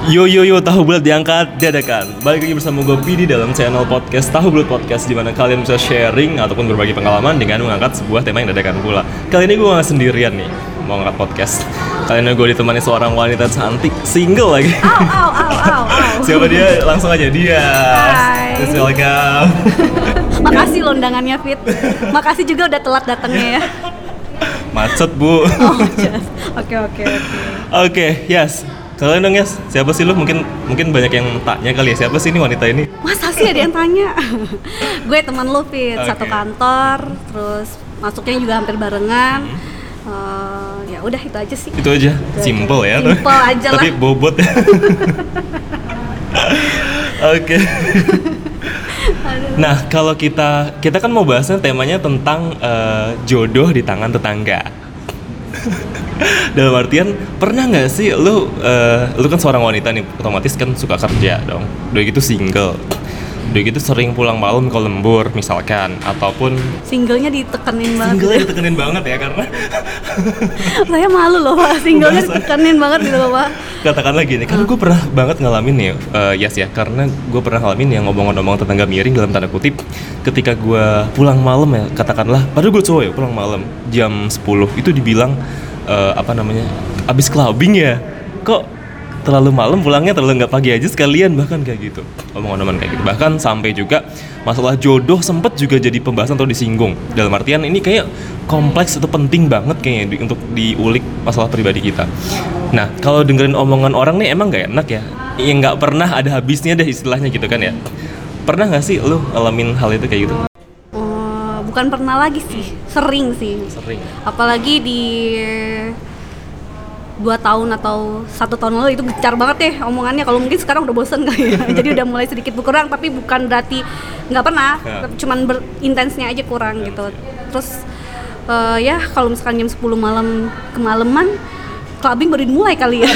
Yo yo yo, tahu bulat diangkat, dadakan. Balik lagi bersama gue Pidi dalam channel podcast Tahu Bulat Podcast, di mana kalian bisa sharing ataupun berbagi pengalaman dengan mengangkat sebuah tema yang dadakan pula. Kali ini gue gak sendirian nih mau ngangkat podcast. Kali ini gue ditemani seorang wanita cantik, single lagi. Au. Siapa dia? Langsung aja dia. Hai. Please welcome. Makasih loh undangannya, Fit. Makasih juga udah telat datangnya ya. Macet bu. Oh, just. Oke. Oke, yes. Kalian dong yes, siapa sih lu? Mungkin banyak yang tanya kali ya, siapa sih ini wanita ini? Masa sih ada yang tanya? Gue teman lu, Fit, satu kantor, terus masuknya juga hampir barengan. Ya udah itu aja sih. Itu aja, simple ya. Simple aja lah. Tapi bobot ya. Oke. Nah, kalau kita kan mau bahasnya temanya tentang jodoh di tangan tetangga. Dalam artian, pernah nggak sih lu kan seorang wanita nih, otomatis kan suka kerja dong, udah gitu single, udah gitu sering pulang malam ke lembur misalkan, ataupun Singlenya ditekenin banget. singlenya ditekenin banget ya, karena Saya malu loh, Pak. Singlenya ditekenin banget gitu loh, Pak. katakanlah gini, karena gue pernah banget ngalamin nih, yes ya, karena gue pernah ngalamin yang ngomong-ngomong tetangga miring dalam tanda kutip, ketika gue pulang malam ya, katakanlah, padahal gue cowok ya, pulang malam jam 10 itu dibilang abis clubbing ya, kok terlalu malam pulangnya, terlalu nggak pagi aja sekalian, bahkan kayak gitu, omong-omongan kayak gitu. Bahkan sampai juga masalah jodoh sempet juga jadi pembahasan atau disinggung, dalam artian ini kayak kompleks atau penting banget kayaknya untuk diulik masalah pribadi kita. Nah, kalau dengerin omongan orang nih emang nggak enak ya, nggak pernah ada habisnya deh istilahnya gitu kan ya. Pernah nggak sih lu ngalamin hal itu kayak gitu? Bukan pernah lagi sih, sering sih. Sering. Apalagi di 2 tahun atau 1 tahun lalu itu gencar banget ya omongannya. Kalau mungkin sekarang udah bosen kali ya. Jadi udah mulai sedikit berkurang, tapi bukan berarti nggak pernah, cuman intensnya aja kurang gitu. Terus ya kalau misalkan jam 10 malam kemalaman, clubbing baru dimulai kali ya.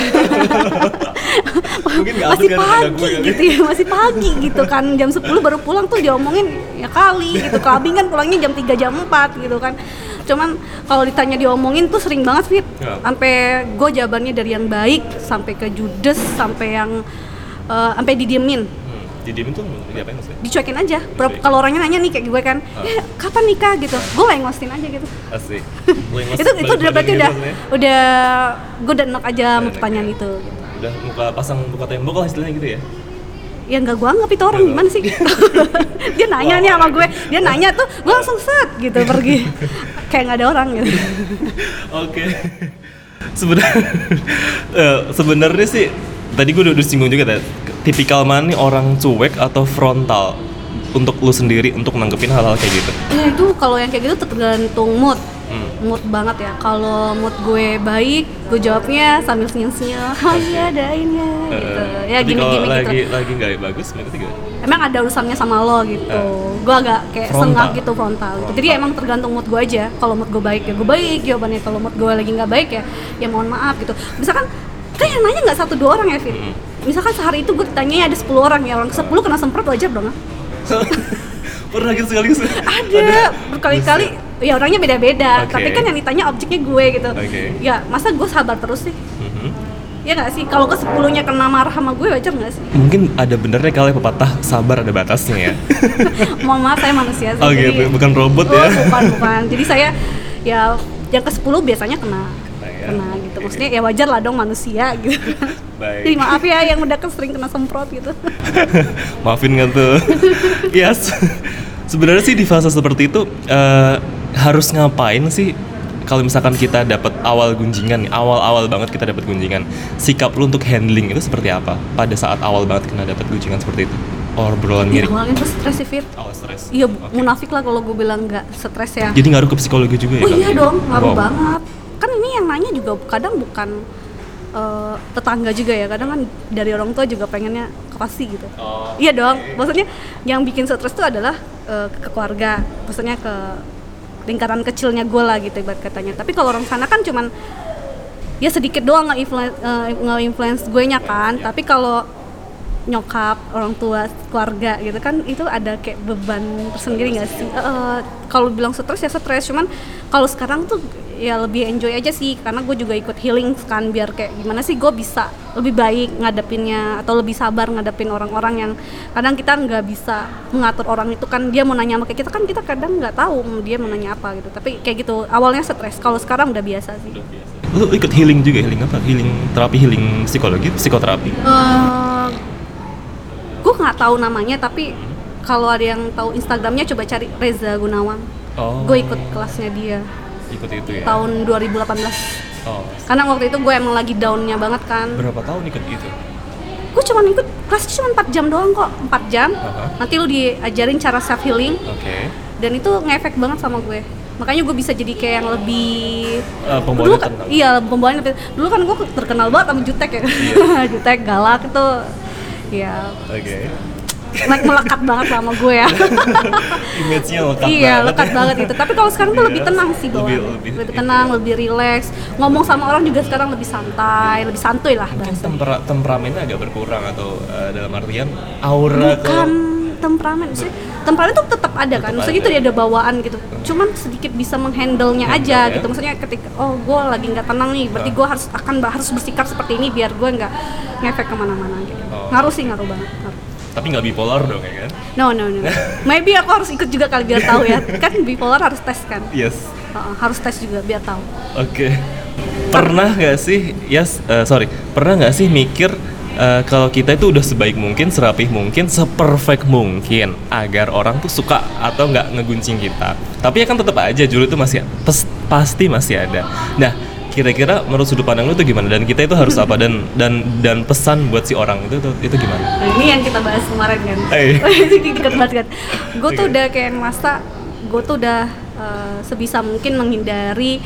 Masih pagi gitu ya, masih pagi gitu kan, jam 10 baru pulang tuh diomongin ya kali gitu. Clubbing kan pulangnya jam 3 jam 4 gitu kan. Cuman kalau ditanya diomongin tuh sering banget Fit. Sampai gue jawabannya dari yang baik sampai ke judes, sampai yang sampai didiemin. Didiemin tuh diapain maksudnya? Dicuekin aja. Kalau orangnya nanya nih kayak gue kan, kapan nikah gitu, gue ngostin aja gitu. Asik. itu udah berarti udah gue udah enak aja sama pertanyaan itu gitu. Udah pasang muka tembok lah istilahnya gitu ya? Ya nggak gue anggap itu orang gimana sih. Dia nanya nih sama gue, dia nanya tuh gue langsung set gitu pergi, kayak nggak ada orang gitu. Oke. Sebenarnya sih tadi gue udah singgung juga tadi, tipikal mana nih orang cuek atau frontal untuk lu sendiri untuk nanggepin hal-hal kayak gitu? Ya itu kalau yang kayak gitu tergantung mood. Mood banget ya. Kalau mood gue baik, gue jawabnya sambil senyum-senyum. Oh iya ada ini ya gitu. Ya gimmick-gimmick gitu. Lagi nggak bagus, maksudnya gimana? Emang ada urusannya sama lo gitu. Gue agak kayak sengak gitu, frontal gitu. Jadi emang tergantung mood gue aja. Kalau mood gue baik ya gue baik jawabannya. Kalau mood gue lagi nggak baik ya mohon maaf gitu. Misalkan kan yang nanya nggak 1-2 orang ya Fit. Misalkan sehari itu gue ditanya ada 10 orang ya, orang 10 kena semprot wajar dong. Pernah gitu sekaligus? Ada berkali-kali. Ya orangnya beda-beda, tapi kan yang ditanya objeknya gue gitu. Ya masa gue sabar terus sih? Ya nggak sih, kalau ke 10-nya kena marah sama gue wajar nggak sih? Mungkin ada benernya kali pepatah sabar ada batasnya ya. Mohon maaf, saya manusia sih. Oh gitu, bukan robot ya? Bukan. Jadi saya ya yang ke 10 biasanya kena gitu. Maksudnya ya wajar lah dong manusia gitu. Baik. Jadi maaf ya yang udah sering kena semprot gitu. Maafin kan tuh. Yes. Sebenarnya sih di fase seperti itu harus ngapain sih kalau misalkan kita dapat awal banget kita dapat gunjingan, sikap lu untuk handling itu seperti apa pada saat awal banget kena dapat gunjingan seperti itu? Obrolan miring. Awalnya tuh stres sih Fit. Stres. Iya, munafik lah kalau gue bilang nggak stres ya. Jadi ngaruh ke psikologi juga ya? Oh iya dong, ngaruh banget. Kan ini yang nanya juga kadang bukan tetangga juga ya, kadang kan dari orang tua juga pengennya kekasih gitu. Iya dong, maksudnya yang bikin stres itu adalah ke keluarga, maksudnya ke lingkaran kecilnya gue lah gitu ibarat katanya. Tapi kalau orang sana kan cuman ya sedikit doang nge-influence gue nya kan. Tapi kalau nyokap, orang tua, keluarga gitu kan itu ada kayak beban tersendiri nggak sih? Kalau bilang stres ya stres, cuman kalau sekarang tuh ya lebih enjoy aja sih, karena gue juga ikut healing kan, biar kayak gimana sih gue bisa lebih baik ngadepinnya atau lebih sabar ngadepin orang-orang yang kadang kita nggak bisa mengatur orang itu kan, dia mau nanya sama kita kan, kita kadang nggak tahu dia mau nanya apa gitu, tapi kayak gitu awalnya stres, kalau sekarang udah biasa sih. Lu ikut healing juga, healing apa? Healing terapi, healing psikologi, psikoterapi? Gue nggak tahu namanya, tapi kalau ada yang tahu Instagramnya coba cari Reza Gunawan. Gue ikut kelasnya dia. Ikut itu ya? Tahun 2018. Karena waktu itu gue emang lagi down-nya banget kan. Berapa tahun ikut itu? Gue cuma ikut kelasnya cuma 4 jam doang kok, 4 jam. Nanti lu diajarin cara self healing. Dan itu ngefek banget sama gue. Makanya gue bisa jadi kayak yang lebih pembawaan tenang. Iya, pembawaan lebih. Dulu kan gue terkenal banget sama jutek ya. Jutek, galak itu. Ya. Melekat banget sama gue ya. Image-nya lekat banget. Iya, lekat banget itu. Tapi kalau sekarang tuh lebih tenang sih bawaan. Lebih tenang, lebih rileks. Ngomong sama orang juga sekarang lebih santai, lebih santuy lah. Mungkin temperamennya agak berkurang atau dalam artian aura. Bukan temperamen sih. Temperamen tuh tetap ada kan. Maksudnya itu dia ada bawaan gitu. Cuman sedikit bisa menghandle-nya aja gitu. Maksudnya ketika gue lagi nggak tenang nih, berarti gue harus bersikap seperti ini biar gue nggak ngefek kemana-mana gitu. Ngaruh banget. Tapi nggak bipolar dong ya kan? No. Maybe aku harus ikut juga kali biar tahu ya. Kan bipolar harus tes kan? Yes. Harus tes juga biar tahu. Oke. Pernah nggak sih, pernah nggak sih mikir kalau kita itu udah sebaik mungkin, serapih mungkin, seperfect mungkin agar orang tuh suka atau nggak ngeguncing kita. Tapi ya kan tetap aja juli itu masih pasti masih ada. Nah, kira-kira menurut sudut pandang lu tuh gimana, dan kita itu harus apa, dan pesan buat si orang itu gimana? Nah, ini yang kita bahas kemarin kan. Deket banget kan. Gue tuh udah kayak masa gue tuh udah sebisa mungkin menghindari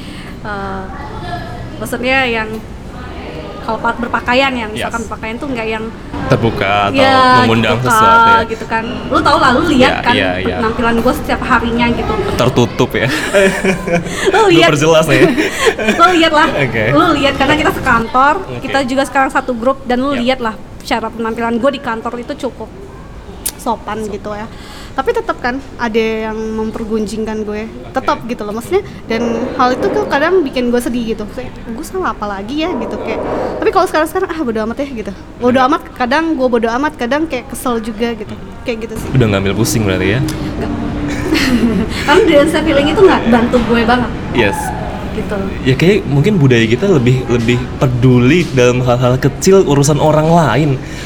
maksudnya yang kalau berpakaian yang misalkan berpakaian tuh nggak yang terbuka atau mengundang sesuatu ya gitu kan. Lu tau lah, lu lihat penampilan gue setiap harinya gitu. Tertutup ya. Lu lihat. Perjelas ya. Lu lihat lah. Lu lihat karena kita sekantor, kita juga sekarang satu grup, dan lu lihat lah cara penampilan gue di kantor itu cukup sopan gitu ya. Tapi tetap kan ada yang mempergunjingkan gue, tetap gitu loh maksudnya, dan hal itu tuh kadang bikin gue sedih gitu, kayak gue salah apa lagi ya gitu kayak. Tapi kalau sekarang bodo amat ya gitu, bodo amat, kadang gue bodo amat, kadang kayak kesel juga gitu, kayak gitu sih. Udah nggak ambil pusing berarti ya? Nggak. Karena dari self healing itu nggak bantu gue banget. Yes. Gitu. Ya kayak mungkin budaya kita lebih peduli dalam hal-hal kecil urusan orang lain.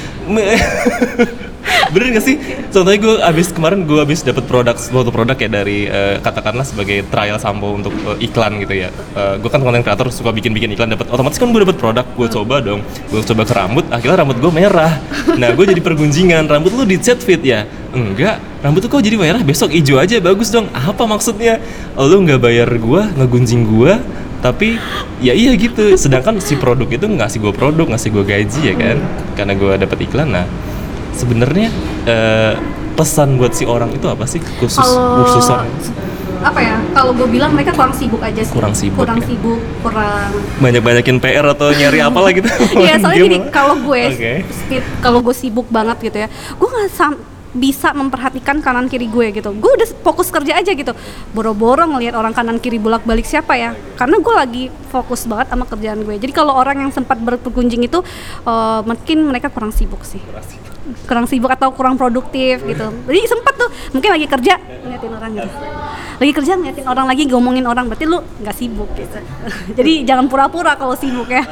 Bener gak sih? Contohnya kemarin gue abis dapet suatu produk ya dari katakanlah sebagai trial sampo untuk iklan gitu ya. Gue kan konten kreator, suka bikin iklan, otomatis kan gue dapet produk, gue coba dong. Gue coba ke rambut, akhirnya rambut gue merah. Nah gue jadi pergunjingan, rambut lu di set fit ya? Enggak, rambut tuh kok jadi merah, besok hijau aja, bagus dong. Apa maksudnya? Lu gak bayar gue, ngegunjing gue, tapi ya iya gitu. Sedangkan si produk itu ngasih gue produk, ngasih gue gaji ya kan, karena gue dapet iklan. Nah sebenarnya pesan buat si orang itu apa sih khususan? Apa ya? Kalau gue bilang mereka kurang sibuk aja sih. Kurang banyakin PR atau nyari apa lah gitu. Iya, soalnya gini, kalau gue sibuk banget gitu ya, gue nggak bisa memperhatikan kanan kiri gue gitu. Gue udah fokus kerja aja gitu. Boro-boro ngelihat orang kanan kiri bolak-balik siapa ya? Karena gue lagi fokus banget sama kerjaan gue. Jadi kalau orang yang sempat berkunjing itu mungkin mereka kurang sibuk sih. Kurang sibuk atau kurang produktif gitu. Jadi sempat tuh mungkin lagi kerja ngeliatin orang gitu. Lagi kerja ngeliatin orang, lagi ngomongin orang, berarti lu nggak sibuk gitu. Jadi jangan pura-pura kalau sibuk ya.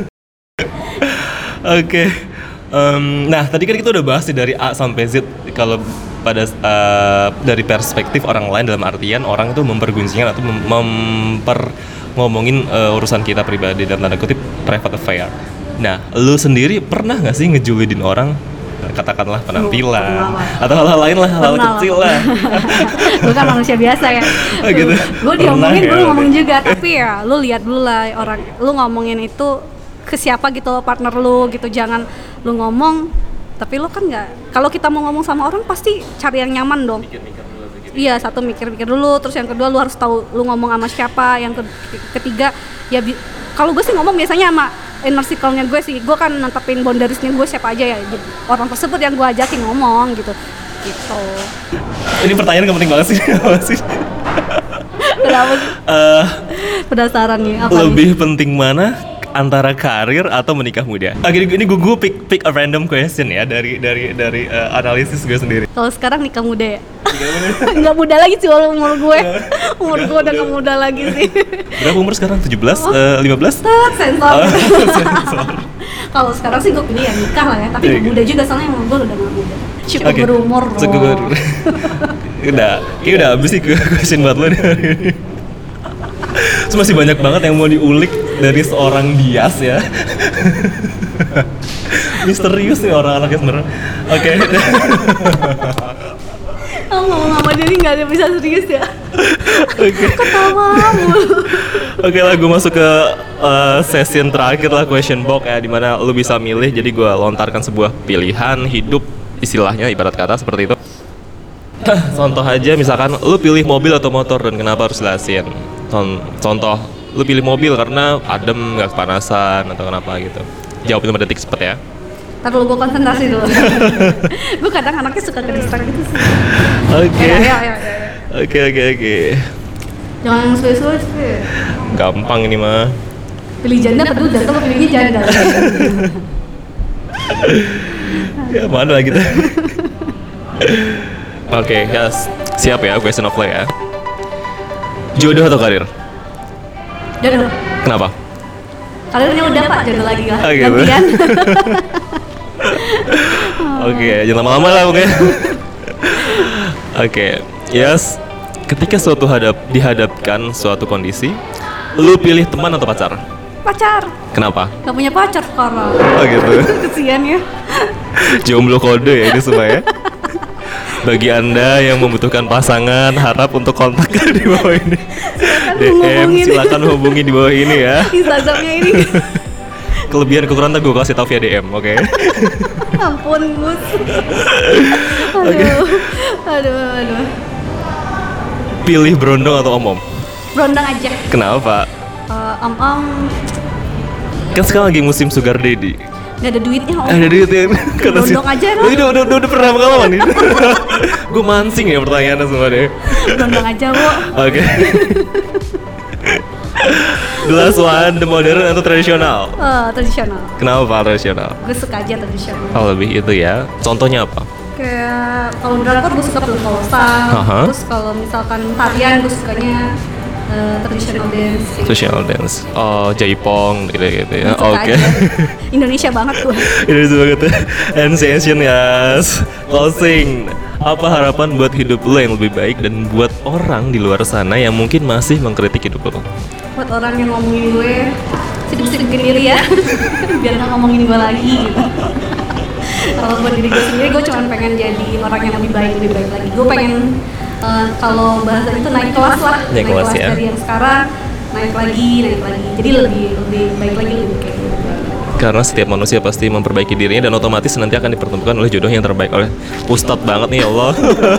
Oke. Nah tadi kan kita udah bahas dari A sampai Z kalau pada dari perspektif orang lain, dalam artian orang itu mempergunjingkan atau ngomongin urusan kita pribadi dalam tanda kutip private affair. Nah, lu sendiri pernah nggak sih ngejulidin orang? Katakanlah penampilan atau hal-hal lain lah, hal kecil lah. Gue kan manusia biasa ya. Gitu. Gue diomongin, gue ngomong juga. Tapi ya lu lihat dulu lah orang, lu ngomongin itu ke siapa gitu, partner lu gitu. Jangan lu ngomong tapi lu kan nggak, kalau kita mau ngomong sama orang pasti cari yang nyaman dong. Iya, satu mikir-mikir dulu, terus yang kedua lu harus tahu lu ngomong sama siapa, yang ketiga ya kalau gue sih ngomong biasanya sama inner circle-nya gue sih, gue kan nantepin boundariesnya gue siapa aja ya, orang tersebut yang gue ajakin ngomong gitu. Ini pertanyaan gak penting banget sih. Kenapa sih? Eh, Penasaran nih apa nih? lebih penting mana antara karir atau menikah muda? Oke, ini gue pick a random question ya dari analisis gue sendiri. Kalau sekarang nikah muda ya? Nggak muda lagi sih walau umur gue. Umur gue udah nggak muda lagi sih. Berapa umur sekarang? 17? 15? Sensor. Sensor. Kalau sekarang sih gue pilih ya nikah lah ya, tapi nggak muda juga soalnya umur gue udah nggak muda. Cukup Oke. berumur loh. Cukup kayaknya udah habis sih question buat lo nih hari ini. Terus masih banyak banget yang mau diulik dari seorang Dias ya. Misterius nih orang anaknya sebenarnya. Oke. Ngomong sama jadi nggak ada bisa serius ya. Oke. Ketawa mulu. Oke lah, gue masuk ke session terakhir lah, question box ya, dimana lu bisa milih. Jadi gue lontarkan sebuah pilihan hidup, istilahnya ibarat kata seperti itu. Contoh aja, misalkan lu pilih mobil atau motor dan kenapa harus jelasin. Contoh, lu pilih mobil karena adem, nggak kepanasan atau kenapa gitu. Jawab 5 detik cepet ya. Ntar dulu gue konsentrasi dulu. Gue kadang anaknya suka ke distract gitu sih. Oke. Ya. Oke. Jangan suwe-suwe sih. Gampang ini mah. Pilih janda padahal jatuh lo pilihnya janda. Ya mana lah kita. Oke, yes. Siap ya, question of play ya. Jodoh atau karir? Jodoh. Kenapa? Karirnya udah pak, jodoh lagi lah. Oke, Gantian. Oke, jangan lama-lama lah pokoknya. Oke, yes. Ketika dihadapkan suatu kondisi, lu pilih teman atau pacar? Pacar. Kenapa? Gak punya pacar sekarang. Oh gitu. Kesian ya. Jomblo kode ya ini semua ya. Bagi Anda yang membutuhkan pasangan, harap untuk kontak di bawah ini. DM, silakan hubungi di bawah ini ya. Instagramnya ini. Kelebihan kekurangan gue kasih tau via DM, oke? Ampun Gus. Aduh. Pilih berondong atau om-om? Berondong aja. Kenapa? Om-om Kan sekarang lagi musim sugar daddy. gak ada duitnya om. Ada duitnya. Berondong aja lah. Ini udah pernah pengalaman nih. Gue mancing ya pertanyaannya semua deh. Berondong aja wo. Oke. The last one, the modern atau tradisional? Tradisional. Kenapa Pak tradisional? Gue suka aja tradisional. Oh lebih itu ya. Contohnya apa? Kayak kalau drakor gue suka film kolosal. Aha. Terus kalau misalkan tarian gue sukanya traditional dance. Traditional dance. Oh jaipong gitu ya. Suka Oke. aja. Indonesia banget gue. Ini banget ya. And session yes. Closing. Apa harapan buat hidup lo yang lebih baik dan buat orang di luar sana yang mungkin masih mengkritik hidup lo? Buat orang yang ngomongin gue, sibuk-sibukin diri ya. Biar gak ngomongin gue lagi gitu. Kalau buat diri gue sendiri, gue cuma pengen jadi orang yang lebih baik lagi. Gue pengen kalau bahasa itu naik kelas lah. Naik kelas ya. Dari yang sekarang naik lagi. Jadi lebih baik lagi, lebih kayak gitu. Karena setiap manusia pasti memperbaiki dirinya dan otomatis nanti akan dipertemukan oleh jodoh yang terbaik. Oleh Ustadz banget nih ya Allah.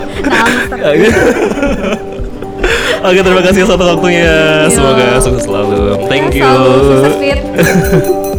Oke, terima kasih atas waktunya. Semoga sukses selalu. Thank you. Selalu sukses, Fit.